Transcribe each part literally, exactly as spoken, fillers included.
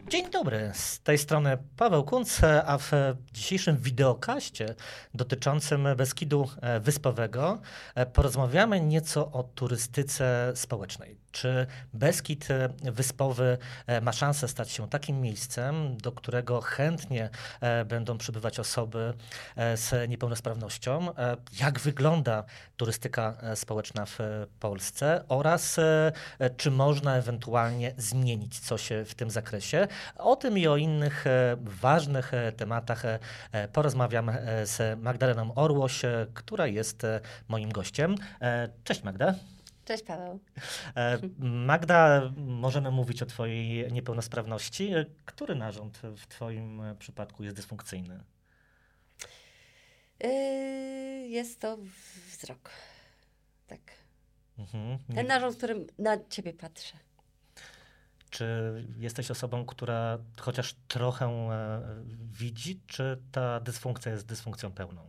Dzień dobry, z tej strony Paweł Kunc, a w dzisiejszym wideokaście dotyczącym Beskidu Wyspowego porozmawiamy nieco o turystyce społecznej. Czy Beskid Wyspowy ma szansę stać się takim miejscem, do którego chętnie będą przybywać osoby z niepełnosprawnością? Jak wygląda turystyka społeczna w Polsce oraz czy można ewentualnie zmienić coś w tym zakresie? O tym i o innych ważnych tematach porozmawiam z Magdaleną Orłoś, która jest moim gościem. Cześć Magda. Cześć Paweł. Magda, możemy mówić o twojej niepełnosprawności. Który narząd w twoim przypadku jest dysfunkcyjny? Yy, jest to wzrok. Tak. Mhm. Ten narząd, w którym na ciebie patrzę. Czy jesteś osobą, która chociaż trochę e, widzi, czy ta dysfunkcja jest dysfunkcją pełną?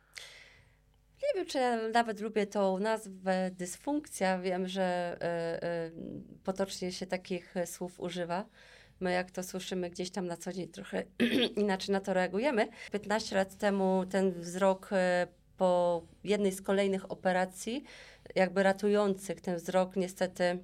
Nie wiem, czy ja nawet lubię tą nazwę dysfunkcja. Wiem, że y, y, potocznie się takich słów używa. My jak to słyszymy gdzieś tam na co dzień trochę inaczej na to reagujemy. piętnaście lat temu ten wzrok y, po jednej z kolejnych operacji, jakby ratujących ten wzrok, niestety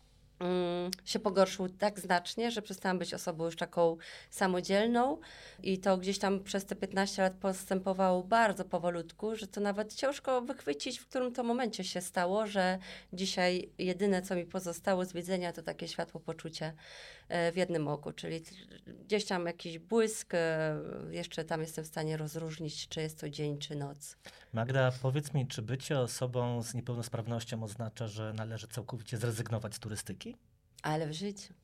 się pogorszył tak znacznie, że przestałam być osobą już taką samodzielną i to gdzieś tam przez te piętnaście lat postępowało bardzo powolutku, że to nawet ciężko wychwycić, w którym to momencie się stało, że dzisiaj jedyne, co mi pozostało z widzenia, to takie światło poczucie w jednym oku, czyli gdzieś tam jakiś błysk, jeszcze tam jestem w stanie rozróżnić, czy jest to dzień, czy noc. Magda, powiedz mi, czy bycie osobą z niepełnosprawnością oznacza, że należy całkowicie zrezygnować z turystyki? Ale w życiu.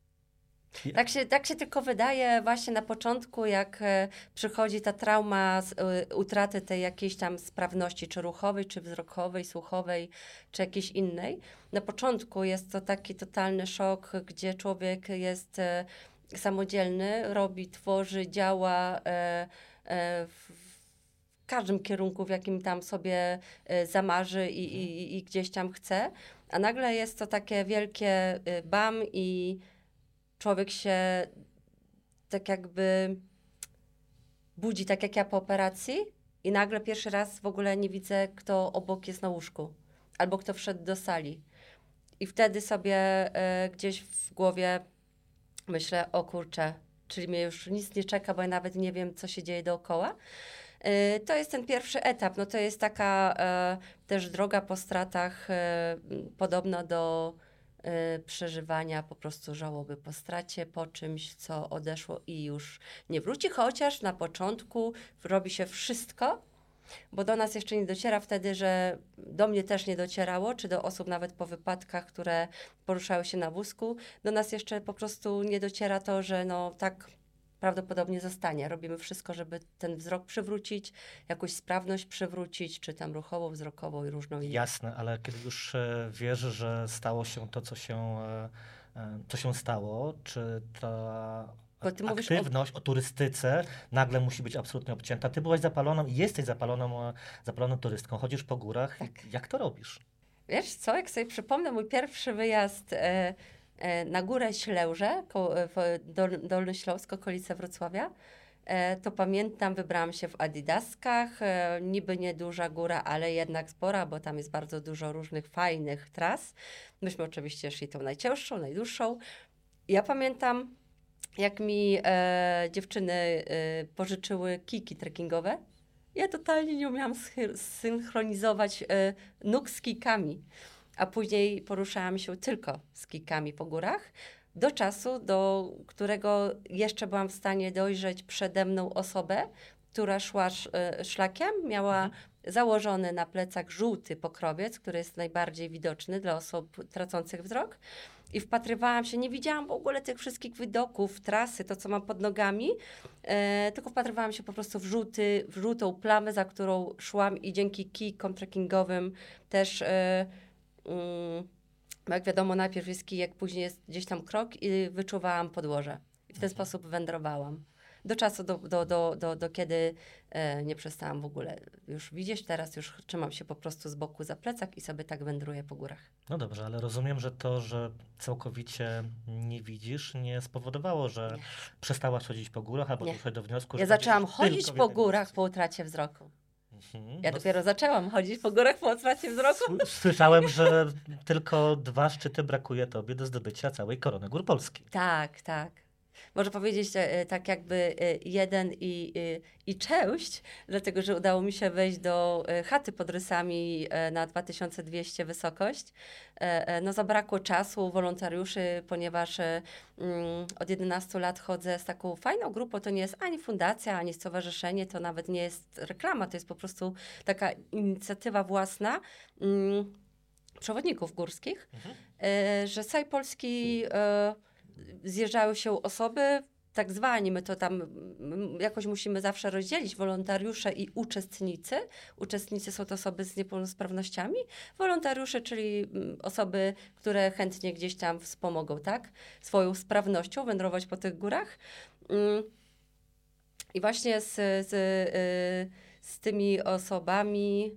Ja. Tak się, tak się tylko wydaje właśnie na początku, jak e, przychodzi ta trauma z, e, utraty tej jakiejś tam sprawności, czy ruchowej, czy wzrokowej, słuchowej, czy jakiejś innej. Na początku jest to taki totalny szok, gdzie człowiek jest e, samodzielny, robi, tworzy, działa e, e, w, w każdym kierunku, w jakim tam sobie e, zamarzy i, i, i gdzieś tam chce. A nagle jest to takie wielkie e, bam i człowiek się tak jakby budzi, tak jak ja po operacji i nagle pierwszy raz w ogóle nie widzę, kto obok jest na łóżku albo kto wszedł do sali. I wtedy sobie e, gdzieś w głowie myślę, o kurczę, czyli mnie już nic nie czeka, bo ja nawet nie wiem, co się dzieje dookoła. E, to jest ten pierwszy etap. No to jest taka e, też droga po stratach e, podobna do Y, przeżywania po prostu żałoby po stracie, po czymś, co odeszło i już nie wróci, chociaż na początku robi się wszystko, bo do nas jeszcze nie dociera wtedy, że do mnie też nie docierało, czy do osób nawet po wypadkach, które poruszały się na wózku, do nas jeszcze po prostu nie dociera to, że no tak prawdopodobnie zostanie. Robimy wszystko, żeby ten wzrok przywrócić, jakąś sprawność przywrócić, czy tam ruchową, wzrokową i różną inną. Jasne, ale kiedy już e, wiesz, że stało się to, co się, e, e, co się stało, czy ta Bo ty mówisz aktywność o... o turystyce nagle musi być absolutnie obcięta? Ty byłaś zapaloną i jesteś zapaloną, e, zapaloną turystką, chodzisz po górach. Tak. Jak to robisz? Wiesz co, jak sobie przypomnę mój pierwszy wyjazd e, e, na górę Ślęże, ko, w Dol, Dolny Śląsk, okolice Wrocławia, e, to pamiętam, wybrałam się w adidaskach, e, niby nieduża góra, ale jednak spora, bo tam jest bardzo dużo różnych fajnych tras. Myśmy oczywiście szli tą najcięższą, najdłuższą. Ja pamiętam, jak mi e, dziewczyny e, pożyczyły kijki trekkingowe. Ja totalnie nie umiałam zsynchronizować e, nóg z kijkami, a później poruszałam się tylko z kijkami po górach, do czasu, do którego jeszcze byłam w stanie dojrzeć przede mną osobę, która szła sz, e, szlakiem, miała mhm. założony na plecach żółty pokrowiec, który jest najbardziej widoczny dla osób tracących wzrok. I wpatrywałam się, nie widziałam w ogóle tych wszystkich widoków, trasy, to co mam pod nogami, e, tylko wpatrywałam się po prostu w, żółty, w żółtą plamę, za którą szłam i dzięki kijkom trekkingowym też, e, mm, jak wiadomo, najpierw jest kijek, później jest gdzieś tam krok i wyczuwałam podłoże. I w ten mhm. sposób wędrowałam. do czasu, do, do, do, do, do kiedy e, nie przestałam w ogóle już widzieć. Teraz już trzymam się po prostu z boku za plecak i sobie tak wędruję po górach. No dobrze, ale rozumiem, że to, że całkowicie nie widzisz, nie spowodowało, że Nie. przestałaś chodzić po górach, albo Nie. doszłaś do wniosku, Ja że zaczęłam będziesz chodzić tylko w po jednym górach miejscu. po utracie wzroku. Mhm. Ja No, dopiero zaczęłam chodzić po górach po utracie wzroku. sły- Słyszałem, że tylko dwa szczyty brakuje tobie do zdobycia całej korony gór Polski. Tak, tak. Można powiedzieć e, tak jakby e, jeden i, i, i część, dlatego że udało mi się wejść do e, chaty pod Rysami e, na dwa tysiące dwieście wysokość. E, e, No zabrakło czasu, wolontariuszy, ponieważ e, mm, od jedenastu lat chodzę z taką fajną grupą. To nie jest ani fundacja, ani stowarzyszenie, to nawet nie jest reklama, to jest po prostu taka inicjatywa własna mm, przewodników górskich, Mhm. e, że z całej Polski e, zjeżdżały się osoby, tak zwani, my to tam mm, jakoś musimy zawsze rozdzielić, wolontariusze i uczestnicy. Uczestnicy są to osoby z niepełnosprawnościami, wolontariusze, czyli mm, osoby, które chętnie gdzieś tam wspomogą, tak, swoją sprawnością wędrować po tych górach. Mm. I właśnie z, z, y, z tymi osobami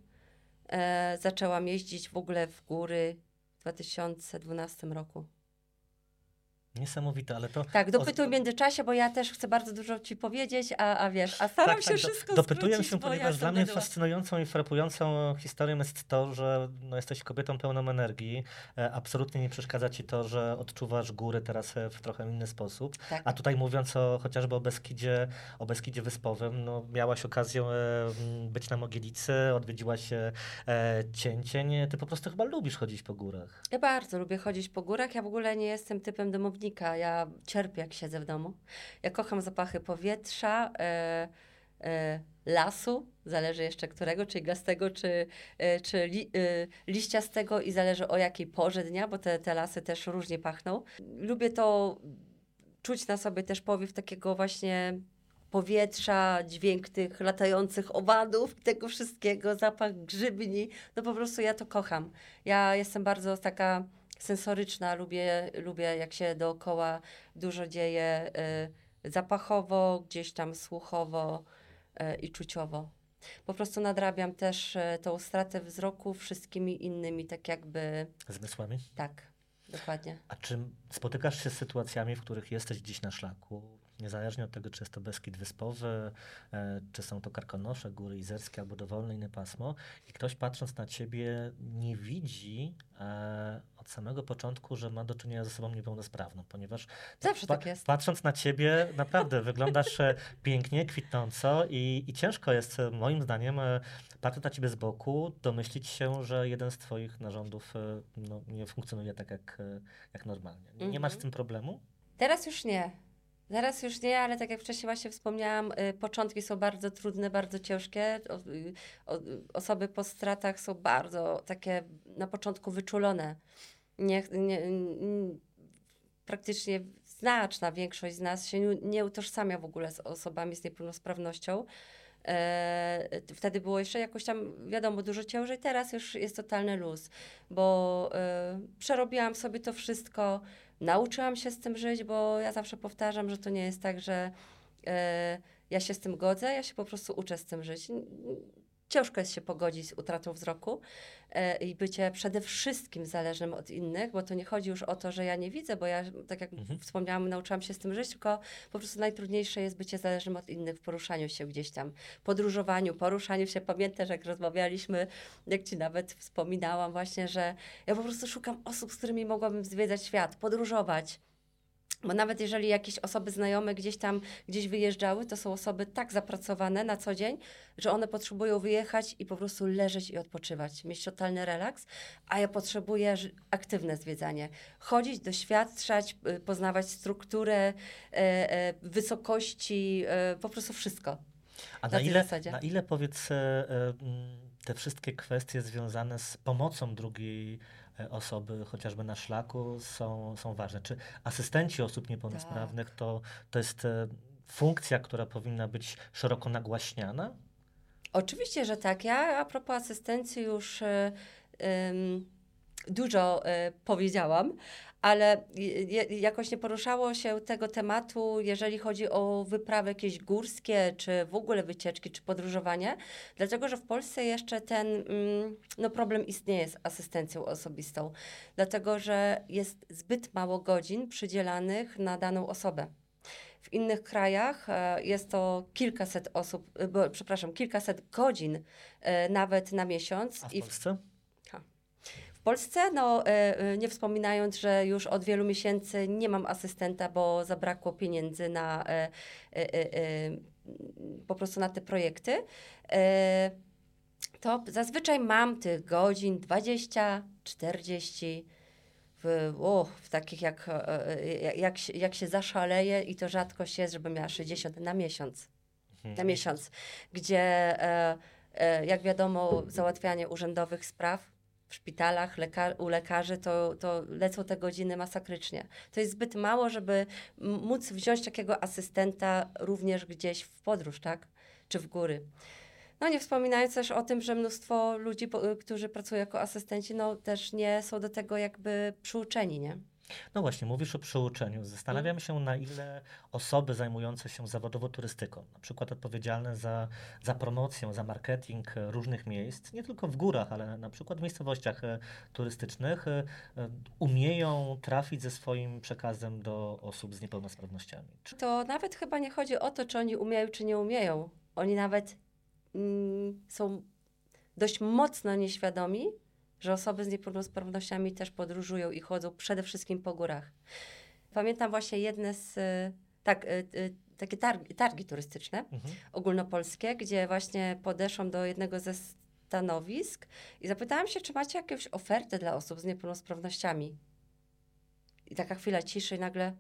e, zaczęłam jeździć w ogóle w góry w dwa tysiące dwunastym roku. Niesamowite, ale to... Tak, dopytuj o- w międzyczasie, bo ja też chcę bardzo dużo ci powiedzieć, a, a wiesz, a staram Tak, się tak, do- wszystko Dopytuję skrócić, się, bo ja ponieważ dla jestem mnie gaduła. fascynującą i frapującą historią jest to, że no, jesteś kobietą pełną energii. E, absolutnie nie przeszkadza ci to, że odczuwasz góry teraz e, w trochę inny sposób. Tak. A tutaj mówiąc o, chociażby o Beskidzie, o Beskidzie Wyspowym, no, miałaś okazję e, m, być na Mogielicy, odwiedziłaś e, e, Cięcień. Ty po prostu chyba lubisz chodzić po górach. Ja bardzo lubię chodzić po górach. Ja w ogóle nie jestem typem domownika. Ja cierpię, jak siedzę w domu. Ja kocham zapachy powietrza, e, e, lasu, zależy jeszcze którego, czy iglastego, czy, e, czy li, e, liściastego i zależy o jakiej porze dnia, bo te, te lasy też różnie pachną. Lubię to czuć na sobie też powiew takiego właśnie powietrza, dźwięk tych latających owadów, tego wszystkiego, zapach grzybni. No po prostu ja to kocham. Ja jestem bardzo taka sensoryczna, lubię, lubię jak się dookoła dużo dzieje y, zapachowo, gdzieś tam słuchowo y, i czuciowo. Po prostu nadrabiam też y, tą stratę wzroku wszystkimi innymi, tak jakby, Zmysłami? tak, dokładnie. A czy spotykasz się z sytuacjami, w których jesteś gdzieś na szlaku, niezależnie od tego, czy jest to Beskid Wyspowy, e, czy są to Karkonosze, Góry Izerskie albo dowolne inne pasmo i ktoś patrząc na ciebie nie widzi e, od samego początku, że ma do czynienia ze osobą niepełnosprawną, ponieważ Zawsze tak jest. patrząc na ciebie naprawdę wyglądasz e, pięknie, kwitnąco i, i ciężko jest e, moim zdaniem e, patrząc na ciebie z boku, domyślić się, że jeden z twoich narządów e, no, nie funkcjonuje tak jak, e, jak normalnie. Nie Mhm. masz z tym problemu? Teraz już nie. Teraz już nie, ale tak jak wcześniej właśnie wspomniałam, y, początki są bardzo trudne, bardzo ciężkie. O, y, o, osoby po stratach są bardzo takie na początku wyczulone. Nie, nie, n- praktycznie znaczna większość z nas się nie, nie utożsamia w ogóle z osobami z niepełnosprawnością. E, wtedy było jeszcze jakoś tam, wiadomo, dużo ciężej, teraz już jest totalny luz, bo e, przerobiłam sobie to wszystko, nauczyłam się z tym żyć, bo ja zawsze powtarzam, że to nie jest tak, że e, ja się z tym godzę, ja się po prostu uczę z tym żyć. Ciężko jest się pogodzić z utratą wzroku e, i bycie przede wszystkim zależnym od innych, bo to nie chodzi już o to, że ja nie widzę, bo ja, tak jak Mhm. wspomniałam, nauczyłam się z tym żyć, tylko po prostu najtrudniejsze jest bycie zależnym od innych w poruszaniu się gdzieś tam, podróżowaniu, poruszaniu się. Pamiętasz, jak rozmawialiśmy, jak ci nawet wspominałam właśnie, że ja po prostu szukam osób, z którymi mogłabym zwiedzać świat, podróżować. Bo nawet jeżeli jakieś osoby znajome gdzieś tam, gdzieś wyjeżdżały, to są osoby tak zapracowane na co dzień, że one potrzebują wyjechać i po prostu leżeć i odpoczywać, mieć totalny relaks, a ja potrzebuję ży- aktywne zwiedzanie. Chodzić, doświadczać, y, poznawać strukturę, e, e, wysokości, e, po prostu wszystko. A Na na tej ile, zasadzie. na ile powiedz e, e, mm, te wszystkie kwestie związane z pomocą drugiej e, osoby, chociażby na szlaku, są, są ważne? Czy asystenci osób niepełnosprawnych to, to jest e, funkcja, która powinna być szeroko nagłaśniana? Oczywiście, że tak. Ja a propos asystencji już y, ym, dużo e, powiedziałam, ale je, jakoś nie poruszało się tego tematu, jeżeli chodzi o wyprawy jakieś górskie, czy w ogóle wycieczki, czy podróżowanie, dlatego że w Polsce jeszcze ten mm, no problem istnieje z asystencją osobistą, dlatego że jest zbyt mało godzin przydzielanych na daną osobę. W innych krajach e, jest to kilkaset osób, e, bo, przepraszam, kilkaset godzin e, nawet na miesiąc. A w I Polsce? W Polsce, no e, e, nie wspominając, że już od wielu miesięcy nie mam asystenta, bo zabrakło pieniędzy na e, e, e, e, po prostu na te projekty, e, to zazwyczaj mam tych godzin dwadzieścia, czterdzieści. W, o, w takich jak, jak, jak, się, jak się zaszaleje i to rzadkość jest, żeby miała sześćdziesiąt na miesiąc. Mhm. Na miesiąc, gdzie e, e, jak wiadomo załatwianie urzędowych spraw w szpitalach, leka- u lekarzy, to, to lecą te godziny masakrycznie. To jest zbyt mało, żeby móc wziąć takiego asystenta również gdzieś w podróż, tak? Czy w góry. No nie wspominając też o tym, że mnóstwo ludzi, po, którzy pracują jako asystenci, no też nie są do tego jakby przyuczeni, nie? No właśnie, mówisz o przyuczeniu. Zastanawiam się, na ile osoby zajmujące się zawodowo turystyką, na przykład odpowiedzialne za, za promocję, za marketing e, różnych miejsc, nie tylko w górach, ale na przykład w miejscowościach e, turystycznych, e, e, umieją trafić ze swoim przekazem do osób z niepełnosprawnościami. Czy... To nawet chyba nie chodzi o to, czy oni umieją, czy nie umieją. Oni nawet mm, są dość mocno nieświadomi, że osoby z niepełnosprawnościami też podróżują i chodzą przede wszystkim po górach. Pamiętam właśnie jedne z, tak, takie targi, targi turystyczne Mhm. ogólnopolskie, gdzie właśnie podeszłam do jednego ze stanowisk i zapytałam się, czy macie jakąś ofertę dla osób z niepełnosprawnościami. I taka chwila ciszy i nagle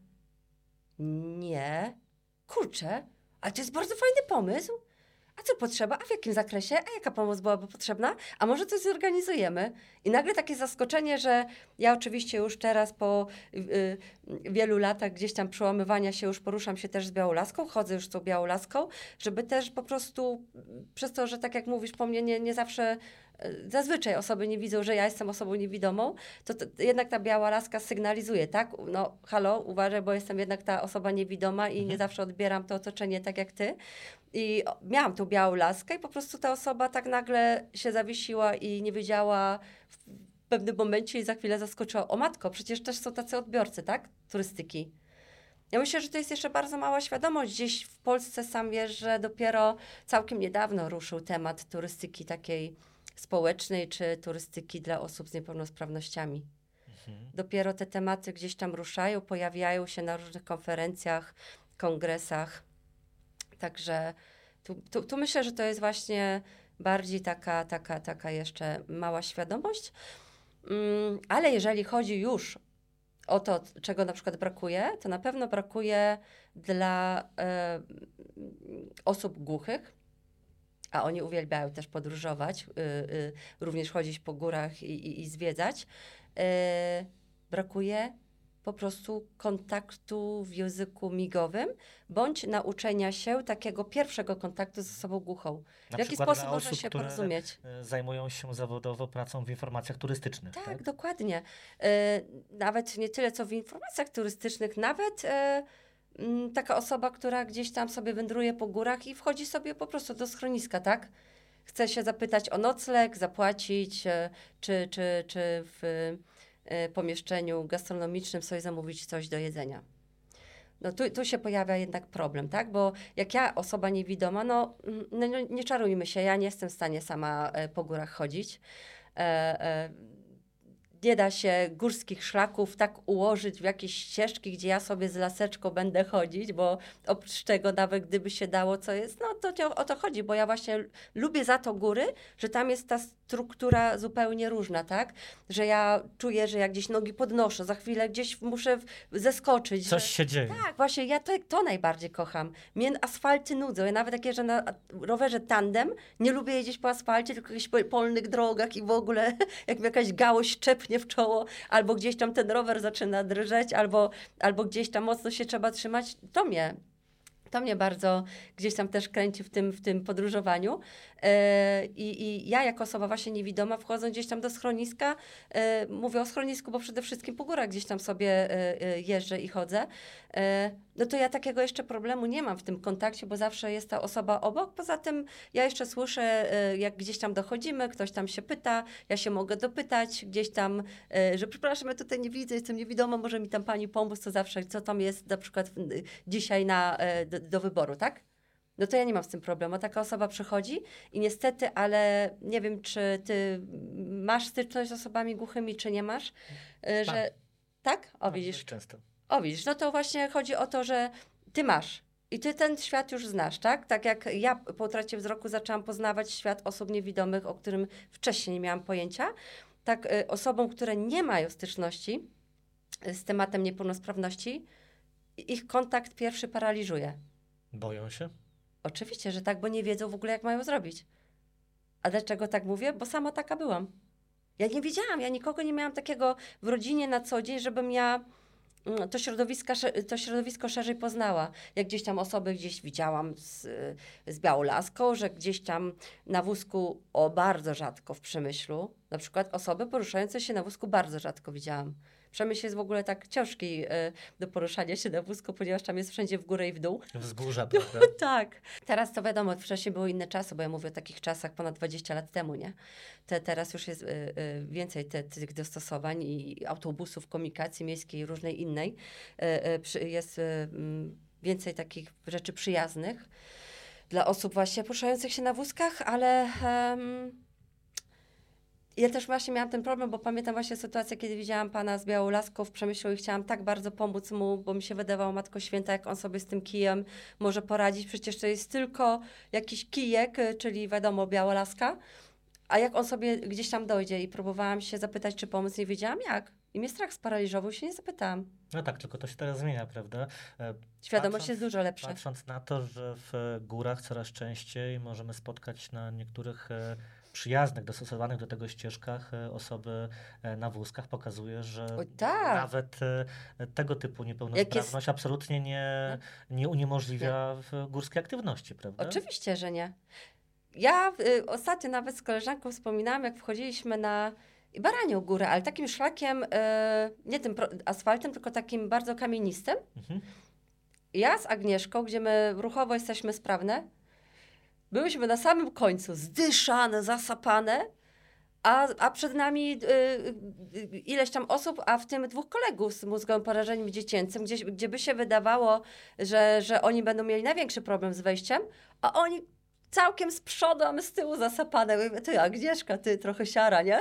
nie, kurczę, ale to jest bardzo fajny pomysł. A co potrzeba? A w jakim zakresie? A jaka pomoc byłaby potrzebna? A może coś zorganizujemy? I nagle takie zaskoczenie, że ja oczywiście już teraz po y, y, wielu latach gdzieś tam przełamywania się już poruszam się też z białolaską, chodzę już z tą białolaską, żeby też po prostu przez to, że tak jak mówisz po mnie, nie, nie zawsze zazwyczaj osoby nie widzą, że ja jestem osobą niewidomą, to, to jednak ta biała laska sygnalizuje, tak? No halo, uważaj, bo jestem jednak ta osoba niewidoma i mhm. nie zawsze odbieram to otoczenie tak jak ty. I miałam tą białą laskę i po prostu ta osoba tak nagle się zawiesiła i nie wiedziała w pewnym momencie i za chwilę zaskoczyła. O matko, przecież też są tacy odbiorcy, tak? Turystyki. Ja myślę, że to jest jeszcze bardzo mała świadomość. Gdzieś w Polsce sam wiesz, że dopiero całkiem niedawno ruszył temat turystyki takiej społecznej, czy turystyki dla osób z niepełnosprawnościami. Mhm. Dopiero te tematy gdzieś tam ruszają, pojawiają się na różnych konferencjach, kongresach. Także tu, tu, tu myślę, że to jest właśnie bardziej taka, taka, taka jeszcze mała świadomość. Um, ale jeżeli chodzi już o to, czego na przykład brakuje, to na pewno brakuje dla e, osób głuchych, a oni uwielbiają też podróżować, y, y, również chodzić po górach i, i, i zwiedzać. Y, brakuje po prostu kontaktu w języku migowym, bądź nauczenia się takiego pierwszego kontaktu z osobą głuchą. Na w jaki sposób można osób, się które porozumieć? Zajmują się zawodowo pracą w informacjach turystycznych. Tak, tak? dokładnie. Y, nawet nie tyle, co w informacjach turystycznych, nawet... Y, taka osoba, która gdzieś tam sobie wędruje po górach i wchodzi sobie po prostu do schroniska, tak? Chce się zapytać o nocleg, zapłacić, czy, czy, czy w pomieszczeniu gastronomicznym sobie zamówić coś do jedzenia. No tu, tu się pojawia jednak problem, tak? Bo jak ja, osoba niewidoma, no, no nie czarujmy się, ja nie jestem w stanie sama po górach chodzić. E, e, Nie da się górskich szlaków tak ułożyć w jakieś ścieżki, gdzie ja sobie z laseczką będę chodzić, bo oprócz tego nawet gdyby się dało, co jest, no to o to chodzi, bo ja właśnie lubię za to góry, że tam jest ta struktura zupełnie różna, tak? Że ja czuję, że jak gdzieś nogi podnoszę, za chwilę gdzieś muszę zeskoczyć. Coś że... się dzieje. Tak, właśnie ja to, to najbardziej kocham. Mnie asfalty nudzą. Ja nawet jak jeżdżę na rowerze tandem, nie lubię jeździć po asfalcie, tylko jakichś polnych drogach i w ogóle jak mi jakaś gałąź czepnie w czoło, albo gdzieś tam ten rower zaczyna drżeć, albo, albo gdzieś tam mocno się trzeba trzymać, to mnie To mnie bardzo gdzieś tam też kręci w tym, w tym podróżowaniu. E, i, I ja jako osoba właśnie niewidoma, wchodząc gdzieś tam do schroniska, e, mówię o schronisku, bo przede wszystkim po górach gdzieś tam sobie e, e, jeżdżę i chodzę, e, no to ja takiego jeszcze problemu nie mam w tym kontakcie, bo zawsze jest ta osoba obok. Poza tym ja jeszcze słyszę, e, jak gdzieś tam dochodzimy, ktoś tam się pyta, ja się mogę dopytać gdzieś tam, e, że przepraszam, ja tutaj nie widzę, jestem niewidoma, może mi tam pani pomóc, to zawsze, co tam jest na przykład w, dzisiaj na e, do, do wyboru, tak? No to ja nie mam z tym problemu. Taka osoba przychodzi i niestety, ale nie wiem, czy ty masz styczność z osobami głuchymi, czy nie masz, y, że... Tak? O, Mam widzisz. dość często. O, widzisz. No to właśnie chodzi o to, że ty masz i ty ten świat już znasz, tak? Tak jak ja po utracie wzroku zaczęłam poznawać świat osób niewidomych, o którym wcześniej nie miałam pojęcia, tak y, osobom, które nie mają styczności z tematem niepełnosprawności, ich kontakt pierwszy paraliżuje. Boją się? Oczywiście, że tak, bo nie wiedzą w ogóle, jak mają zrobić. A dlaczego tak mówię? Bo sama taka byłam. Ja nie wiedziałam, ja nikogo nie miałam takiego w rodzinie na co dzień, żebym ja mm, to, środowiska, to środowisko szerzej poznała. Jak gdzieś tam osoby gdzieś widziałam z, z białolaską, że gdzieś tam na wózku, o bardzo rzadko w Przemyślu, na przykład osoby poruszające się na wózku bardzo rzadko widziałam. Przemyśl jest w ogóle tak ciężki y, do poruszania się na wózku, ponieważ tam jest wszędzie w górę i w dół. Wzgórza, prawda? Tak. Teraz to wiadomo, wcześniej były inne czasy, bo ja mówię o takich czasach ponad dwadzieścia lat temu, nie? Te, teraz już jest y, y, więcej te, tych dostosowań i autobusów, komunikacji miejskiej i różnej innej. Y, y, przy, jest y, y, więcej takich rzeczy przyjaznych dla osób właśnie poruszających się na wózkach, ale... Um, ja też właśnie miałam ten problem, bo pamiętam właśnie sytuację, kiedy widziałam pana z białą laską w Przemyślu i chciałam tak bardzo pomóc mu, bo mi się wydawało, Matko Święta, jak on sobie z tym kijem może poradzić. Przecież to jest tylko jakiś kijek, czyli wiadomo, biała laska. A jak on sobie gdzieś tam dojdzie i próbowałam się zapytać, czy pomóc, nie wiedziałam jak. I mnie strach sparaliżował, się nie zapytałam. No tak, tylko to się teraz zmienia, prawda? E, Świadomość patrząc, jest dużo lepsza. Patrząc na to, że w górach coraz częściej możemy spotkać na niektórych e, przyjaznych, dostosowanych do tego ścieżkach e, osoby e, na wózkach, pokazuje, że Oj, tak. nawet e, tego typu niepełnosprawność jest... absolutnie nie, nie uniemożliwia w górskiej aktywności, prawda? Oczywiście, że nie. Ja y, ostatnio nawet z koleżanką wspominałam, jak wchodziliśmy na Baranią Górę, ale takim szlakiem, y, nie tym pro, asfaltem, tylko takim bardzo kamienistym. Mhm. Ja z Agnieszką, gdzie my ruchowo jesteśmy sprawne, byłyśmy na samym końcu, zdyszane, zasapane, a, a przed nami y, y, ileś tam osób, a w tym dwóch kolegów z mózgowym porażeniem dziecięcym, gdzie, gdzie by się wydawało, że, że oni będą mieli największy problem z wejściem, a oni całkiem z przodu, a my z tyłu zasapane. Mówię, ty Agnieszka, ty trochę siara, nie?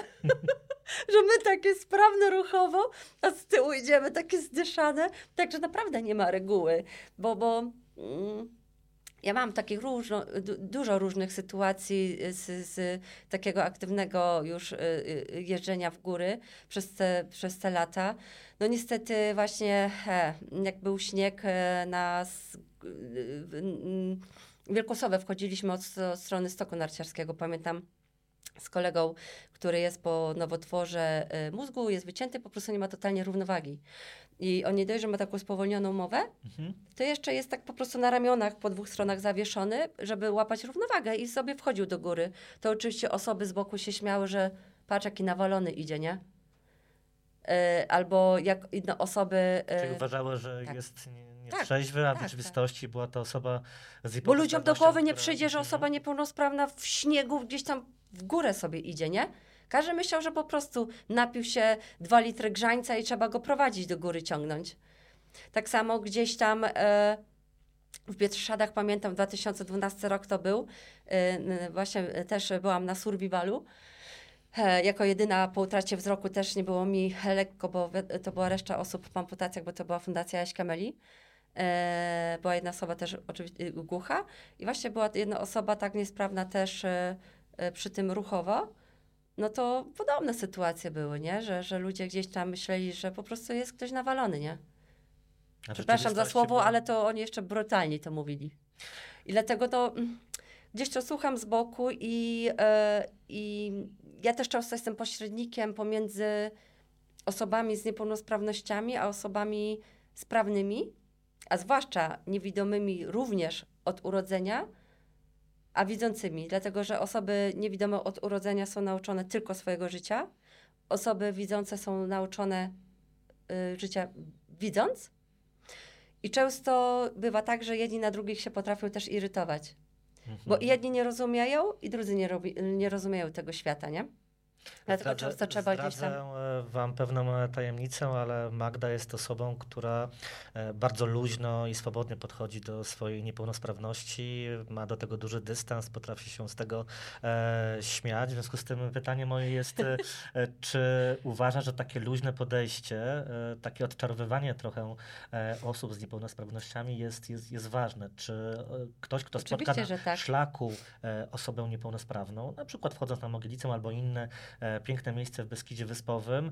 Że my takie sprawne ruchowo, a z tyłu idziemy takie zdyszane. Także naprawdę nie ma reguły, bo, bo mm, ja mam takich różno, du, dużo różnych sytuacji z, z takiego aktywnego już y, y, jeżdżenia w góry przez te, przez te lata. No niestety właśnie he, jak był śnieg e, na s, y, y, Wielkosowe wchodziliśmy od, od strony stoku narciarskiego. Pamiętam z kolegą, który jest po nowotworze y, mózgu, jest wycięty, po prostu nie ma totalnie równowagi. I on nie dość, że ma taką spowolnioną mowę, mhm. to jeszcze jest tak po prostu na ramionach po dwóch stronach zawieszony, żeby łapać równowagę i sobie wchodził do góry. To oczywiście osoby z boku się śmiały, że patrz jaki nawalony idzie, nie? Y, albo jak inne osoby... Y, Czyli uważały, że tak. jest tak, trzeźwy, a w tak, rzeczywistości tak. była to osoba z Bo ludziom do głowy nie przyjdzie, że osoba niepełnosprawna w śniegu gdzieś tam w górę sobie idzie, nie? Każdy myślał, że po prostu napił się dwa litry grzańca i trzeba go prowadzić do góry, ciągnąć. Tak samo gdzieś tam e, w Bieszczadach, pamiętam, dwa tysiące dwunasty rok to był, e, właśnie też byłam na survivalu. E, jako jedyna po utracie wzroku też nie było mi lekko, bo to była reszta osób po amputacjach, bo to była Fundacja Jaś Kameli. E, była jedna osoba też oczywiście głucha i właśnie była jedna osoba tak niesprawna też e, e, przy tym ruchowo. No to podobne sytuacje były, nie? Że, że ludzie gdzieś tam myśleli, że po prostu jest ktoś nawalony, nie? A przepraszam za słowo, było... ale to oni jeszcze brutalnie to mówili. I dlatego to gdzieś to słucham z boku i, yy, i ja też często jestem pośrednikiem pomiędzy osobami z niepełnosprawnościami, a osobami sprawnymi. a zwłaszcza niewidomymi również od urodzenia, a widzącymi, dlatego że osoby niewidome od urodzenia są nauczone tylko swojego życia, osoby widzące są nauczone y, życia widząc i często bywa tak, że jedni na drugich się potrafią też irytować, mhm. bo jedni nie rozumieją i drudzy nie, robi, nie rozumieją tego świata, nie? Dlatego Zdradzę, często trzeba gdzieś tam... Zdradzę wam pewną tajemnicę, ale Magda jest osobą, która bardzo luźno i swobodnie podchodzi do swojej niepełnosprawności, ma do tego duży dystans, potrafi się z tego e, śmiać. W związku z tym pytanie moje jest, e, czy uważa, że takie luźne podejście, e, takie odczarowywanie trochę e, osób z niepełnosprawnościami jest, jest, jest ważne? Czy e, ktoś, kto spotka Oczywiście, na tak. szlaku e, osobę niepełnosprawną, na przykład wchodząc na Mogilicę albo inne piękne miejsce w Beskidzie Wyspowym,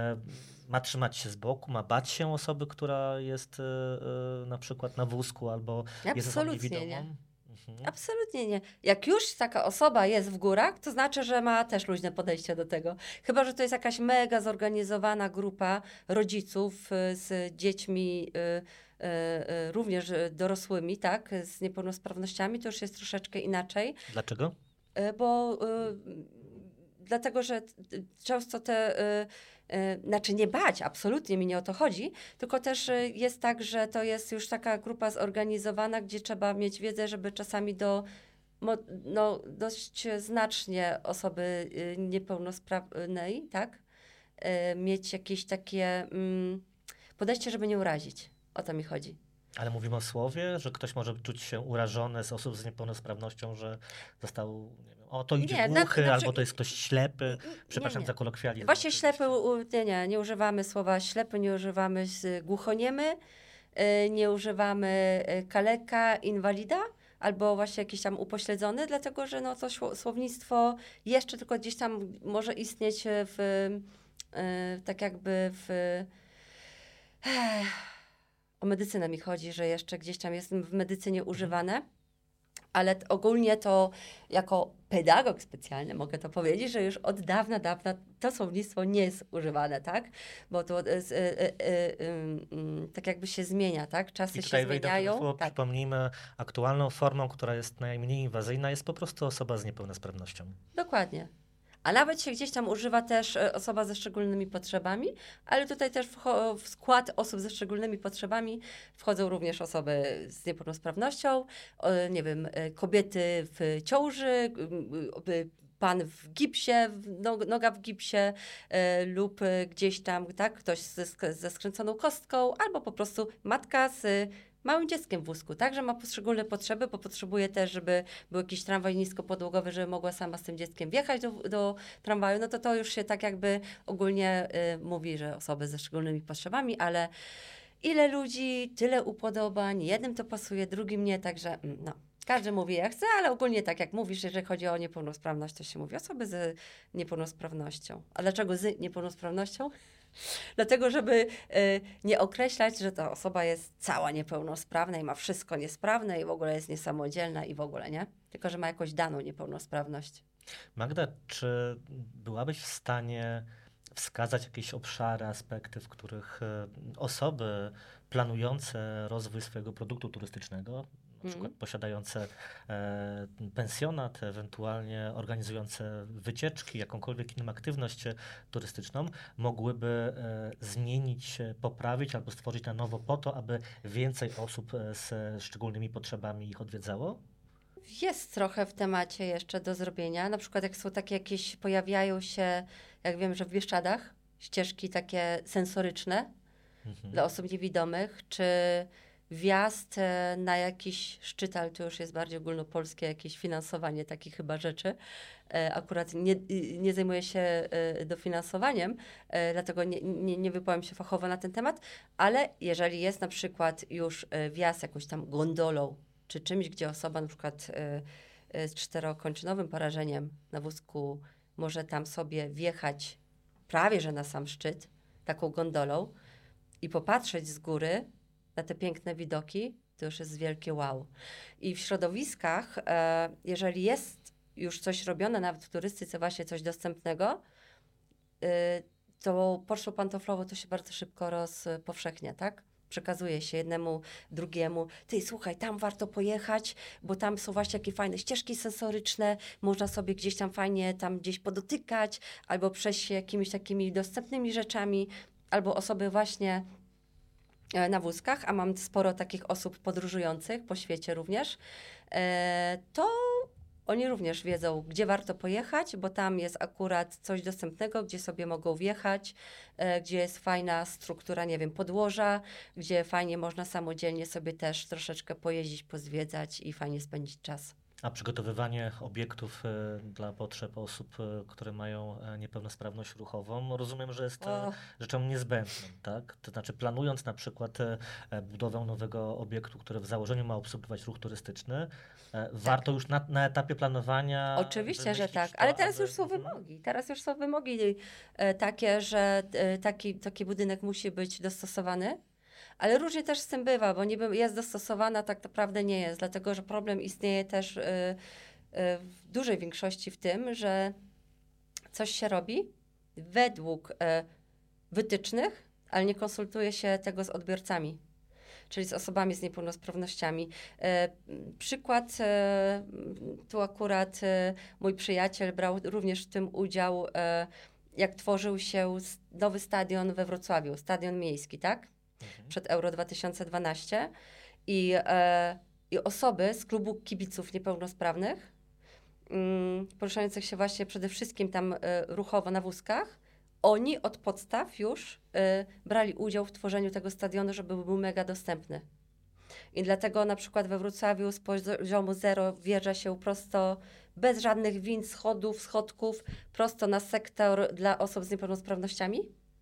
ma trzymać się z boku, ma bać się osoby, która jest na przykład na wózku albo jest osobą niewidomą? Nie. Mhm. Absolutnie nie. Jak już taka osoba jest w górach, to znaczy, że ma też luźne podejście do tego. Chyba że to jest jakaś mega zorganizowana grupa rodziców z dziećmi, y, y, y, również dorosłymi, tak, z niepełnosprawnościami, to już jest troszeczkę inaczej. Dlaczego? Y, bo y, Dlatego, że często te, y, y, znaczy nie bać, absolutnie mi nie o to chodzi, tylko też y, jest tak, że to jest już taka grupa zorganizowana, gdzie trzeba mieć wiedzę, żeby czasami do mo, no, dość znacznie osoby y, niepełnosprawnej, tak, y, mieć jakieś takie mm, podejście, żeby nie urazić. O to mi chodzi. Ale mówimy o słowie, że ktoś może czuć się urażony z osób z niepełnosprawnością, że został, nie wiem, o to idzie nie, głuchy, na, albo to jest ktoś ślepy. Przepraszam nie, nie. za kolokwializm. Właśnie ślepy, nie, nie, nie używamy słowa ślepy, nie używamy głuchoniemy, nie używamy kaleka, inwalida, albo właśnie jakiś tam upośledzony, dlatego że no, to słownictwo jeszcze tylko gdzieś tam może istnieć w, tak jakby w... O medycynę mi chodzi, że jeszcze gdzieś tam jest w medycynie używane, ale t- ogólnie to jako pedagog specjalny mogę to powiedzieć, że już od dawna, dawna to słownictwo nie jest używane, tak? Bo to y, y, y, y, y, tak jakby się zmienia, tak? Czasy I tutaj się zmieniają. Słowo, tak. Przypomnijmy, aktualną formą, która jest najmniej inwazyjna, jest po prostu osoba z niepełnosprawnością. Dokładnie. A nawet się gdzieś tam używa też osoba ze szczególnymi potrzebami, ale tutaj też w skład osób ze szczególnymi potrzebami wchodzą również osoby z niepełnosprawnością, nie wiem, kobiety w ciąży, pan w gipsie, noga w gipsie lub gdzieś tam, tak, ktoś ze, ze skręconą kostką, albo po prostu matka z małym dzieckiem w wózku, tak, że ma poszczególne potrzeby, bo potrzebuje też, żeby był jakiś tramwaj niskopodłogowy, żeby mogła sama z tym dzieckiem wjechać do, do tramwaju, no to to już się tak jakby ogólnie y, mówi, że osoby ze szczególnymi potrzebami, ale ile ludzi, tyle upodobań, jednym to pasuje, drugim nie, także no. Każdy mówi jak chce, ale ogólnie tak jak mówisz, jeżeli chodzi o niepełnosprawność, to się mówi osoby z niepełnosprawnością. A dlaczego z niepełnosprawnością? Dlatego, żeby y, nie określać, że ta osoba jest cała niepełnosprawna i ma wszystko niesprawne i w ogóle jest niesamodzielna i w ogóle, nie? Tylko, że ma jakąś daną niepełnosprawność. Magda, czy byłabyś w stanie wskazać jakieś obszary, aspekty, w których osoby planujące rozwój swojego produktu turystycznego, na przykład mm. posiadające e, pensjonat, ewentualnie organizujące wycieczki, jakąkolwiek inną aktywność turystyczną, mogłyby e, zmienić, poprawić albo stworzyć na nowo po to, aby więcej osób z szczególnymi potrzebami ich odwiedzało? Jest trochę w temacie jeszcze do zrobienia. Na przykład jak są takie jakieś, pojawiają się, jak wiem, że w Bieszczadach, ścieżki takie sensoryczne mhm. dla osób niewidomych, czy wjazd na jakiś szczyt, ale to już jest bardziej ogólnopolskie jakieś finansowanie takich chyba rzeczy. Akurat nie, nie zajmuję się dofinansowaniem, dlatego nie, nie, nie wypowiem się fachowo na ten temat, ale jeżeli jest na przykład już wjazd jakąś tam gondolą, czy czymś, gdzie osoba na przykład z czterokończynowym porażeniem na wózku może tam sobie wjechać prawie że na sam szczyt, taką gondolą i popatrzeć z góry na te piękne widoki, to już jest wielkie wow. I w środowiskach, e, jeżeli jest już coś robione, nawet w turystyce właśnie coś dostępnego, e, to pocztą pantoflową to się bardzo szybko rozpowszechnia, tak? Przekazuje się jednemu, drugiemu, ty słuchaj, tam warto pojechać, bo tam są właśnie takie fajne ścieżki sensoryczne, można sobie gdzieś tam fajnie tam gdzieś podotykać, albo przejść się jakimiś takimi dostępnymi rzeczami, albo osoby właśnie e, na wózkach, a mam sporo takich osób podróżujących po świecie również, e, to oni również wiedzą, gdzie warto pojechać, bo tam jest akurat coś dostępnego, gdzie sobie mogą wjechać, e, gdzie jest fajna struktura, nie wiem, podłoża, gdzie fajnie można samodzielnie sobie też troszeczkę pojeździć, pozwiedzać i fajnie spędzić czas. A przygotowywanie obiektów e, dla potrzeb osób, e, które mają e, niepełnosprawność ruchową, rozumiem, że jest e, O. rzeczą niezbędną, tak? To znaczy planując na przykład e, e, budowę nowego obiektu, który w założeniu ma obsługiwać ruch turystyczny, e, warto już na, na etapie planowania Oczywiście, że wymyślić tak, to, ale teraz aby- już są Mhm. wymogi. Teraz już są wymogi e, takie, że e, taki, taki budynek musi być dostosowany, ale różnie też z tym bywa, bo niby jest dostosowana, tak naprawdę nie jest, dlatego że problem istnieje też e, e, w dużej większości w tym, że coś się robi według e, wytycznych, ale nie konsultuje się tego z odbiorcami, czyli z osobami z niepełnosprawnościami. E, przykład, e, tu akurat e, mój przyjaciel brał również w tym udział, e, jak tworzył się s- nowy stadion we Wrocławiu, stadion miejski, tak? Mhm. Przed Euro dwa tysiące dwanaście i, e, i osoby z klubu kibiców niepełnosprawnych, mm, poruszających się właśnie przede wszystkim tam e, ruchowo na wózkach, oni od podstaw już e, brali udział w tworzeniu tego stadionu, żeby był mega dostępny. I dlatego na przykład we Wrocławiu z poziomu zero wjeżdża się prosto, bez żadnych wind, schodów, schodków, prosto na sektor dla osób z niepełnosprawnościami.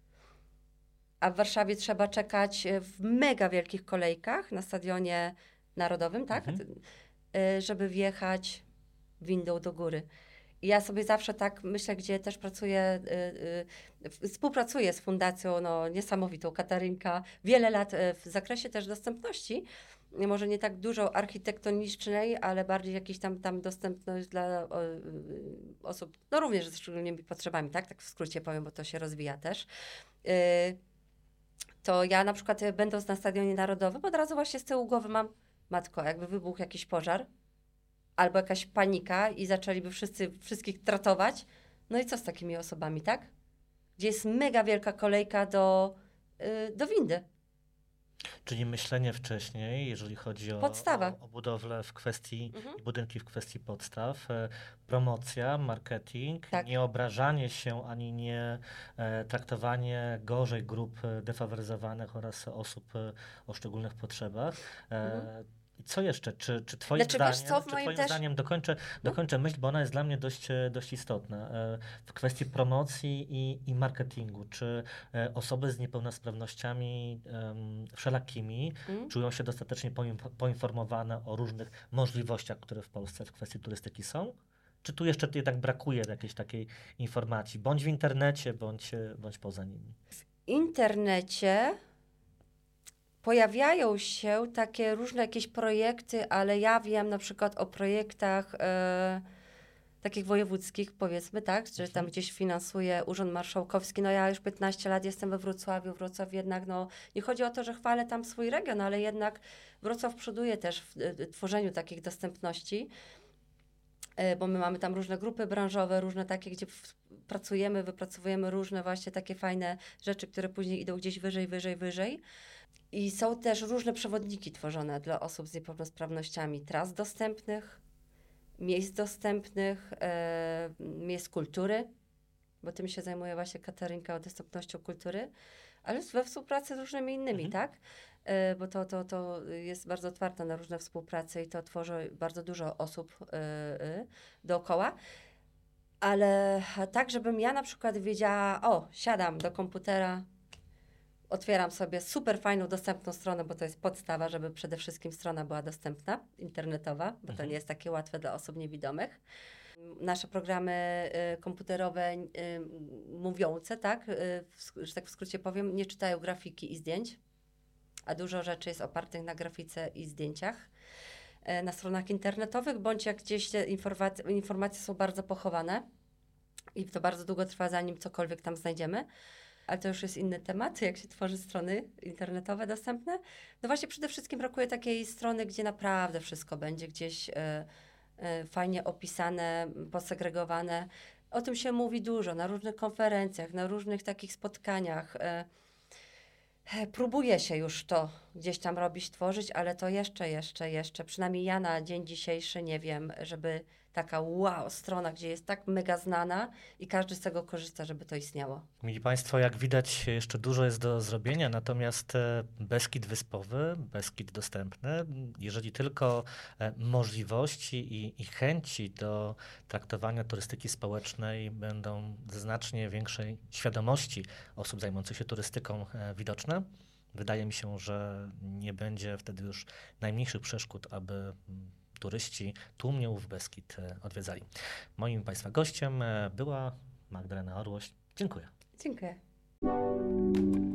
A w Warszawie trzeba czekać e, w mega wielkich kolejkach na Stadionie Narodowym, tak? Mhm. Y, żeby wjechać windą do góry. I ja sobie zawsze tak myślę, gdzie też pracuję, y, y, współpracuję z fundacją no, niesamowitą Katarynka, wiele lat y, w zakresie też dostępności, może nie tak dużo architektonicznej, ale bardziej jakiś tam, tam dostępność dla o, y, osób, no również ze szczególnymi potrzebami, tak? Tak w skrócie powiem, bo to się rozwija też. Y, to ja na przykład y, będąc na Stadionie Narodowym, od razu właśnie z tyłu głowy mam, matko, jakby wybuchł jakiś pożar, albo jakaś panika i zaczęliby wszyscy wszystkich tratować. No i co z takimi osobami, tak? Gdzie jest mega wielka kolejka do, yy, do windy. Czyli myślenie wcześniej, jeżeli chodzi o, Podstawa. o, o budowlę w kwestii, Mhm. i budynki w kwestii podstaw, e, promocja, marketing, Tak. nie obrażanie się ani nie e, traktowanie gorzej grup e, defaworyzowanych oraz osób e, o szczególnych potrzebach. E, Mhm. I co jeszcze? Czy, czy twoim Znaczy, wiesz zdaniem, co, w czy moim twoim też- zdaniem dokończę, dokończę myśl, bo ona jest dla mnie dość, e, dość istotna. E, w kwestii promocji i, i marketingu. Czy e, osoby z niepełnosprawnościami em, wszelakimi Mm? czują się dostatecznie poinf- poinformowane o różnych możliwościach, które w Polsce w kwestii turystyki są? Czy tu jeszcze jednak brakuje jakiejś takiej informacji, bądź w internecie, bądź, e, bądź poza nimi? W internecie pojawiają się takie różne jakieś projekty, ale ja wiem na przykład o projektach e, takich wojewódzkich, powiedzmy, tak, że tam Mhm. gdzieś finansuje Urząd Marszałkowski. No ja już piętnaście lat jestem we Wrocławiu. Wrocław jednak, no nie chodzi o to, że chwalę tam swój region, ale jednak Wrocław przoduje też w e, tworzeniu takich dostępności, e, bo my mamy tam różne grupy branżowe, różne takie, gdzie w, pracujemy, wypracowujemy różne właśnie takie fajne rzeczy, które później idą gdzieś wyżej, wyżej, wyżej. I są też różne przewodniki tworzone dla osób z niepełnosprawnościami, tras dostępnych, miejsc dostępnych, e, miejsc kultury, bo tym się zajmuje właśnie Katarynka o dostępnością kultury, ale we współpracy z różnymi innymi, Mhm. tak? E, bo to, to, to jest bardzo otwarte na różne współprace i to tworzy bardzo dużo osób e, e, dookoła. Ale tak, żebym ja na przykład wiedziała, o, siadam do komputera, otwieram sobie super fajną, dostępną stronę, bo to jest podstawa, żeby przede wszystkim strona była dostępna, internetowa, bo to Mhm. nie jest takie łatwe dla osób niewidomych. Nasze programy y, komputerowe y, mówiące, tak, y, w, sk- że tak w skrócie powiem, nie czytają grafiki i zdjęć, a dużo rzeczy jest opartych na grafice i zdjęciach y, na stronach internetowych, bądź jak gdzieś te informacje, informacje są bardzo pochowane i to bardzo długo trwa, zanim cokolwiek tam znajdziemy. ale to już jest inny temat, jak się tworzy strony internetowe dostępne. No właśnie przede wszystkim brakuje takiej strony, gdzie naprawdę wszystko będzie gdzieś e, e, fajnie opisane, posegregowane. O tym się mówi dużo na różnych konferencjach, na różnych takich spotkaniach. E, e, próbuje się już to gdzieś tam robić, tworzyć, ale to jeszcze, jeszcze, jeszcze, przynajmniej ja na dzień dzisiejszy nie wiem, żeby taka wow strona, gdzie jest tak mega znana i każdy z tego korzysta, żeby to istniało. Mili Państwo, jak widać, jeszcze dużo jest do zrobienia, natomiast e, Beskid Wyspowy, Beskid dostępny, jeżeli tylko e, możliwości i, i chęci do traktowania turystyki społecznej będą znacznie większej świadomości osób zajmujących się turystyką e, widoczne, wydaje mi się, że nie będzie wtedy już najmniejszych przeszkód, aby mm, turyści tłumnie ów Beskid e, odwiedzali. Moim Państwa gościem e, była Magdalena Orłoś. Dziękuję. Dziękuję.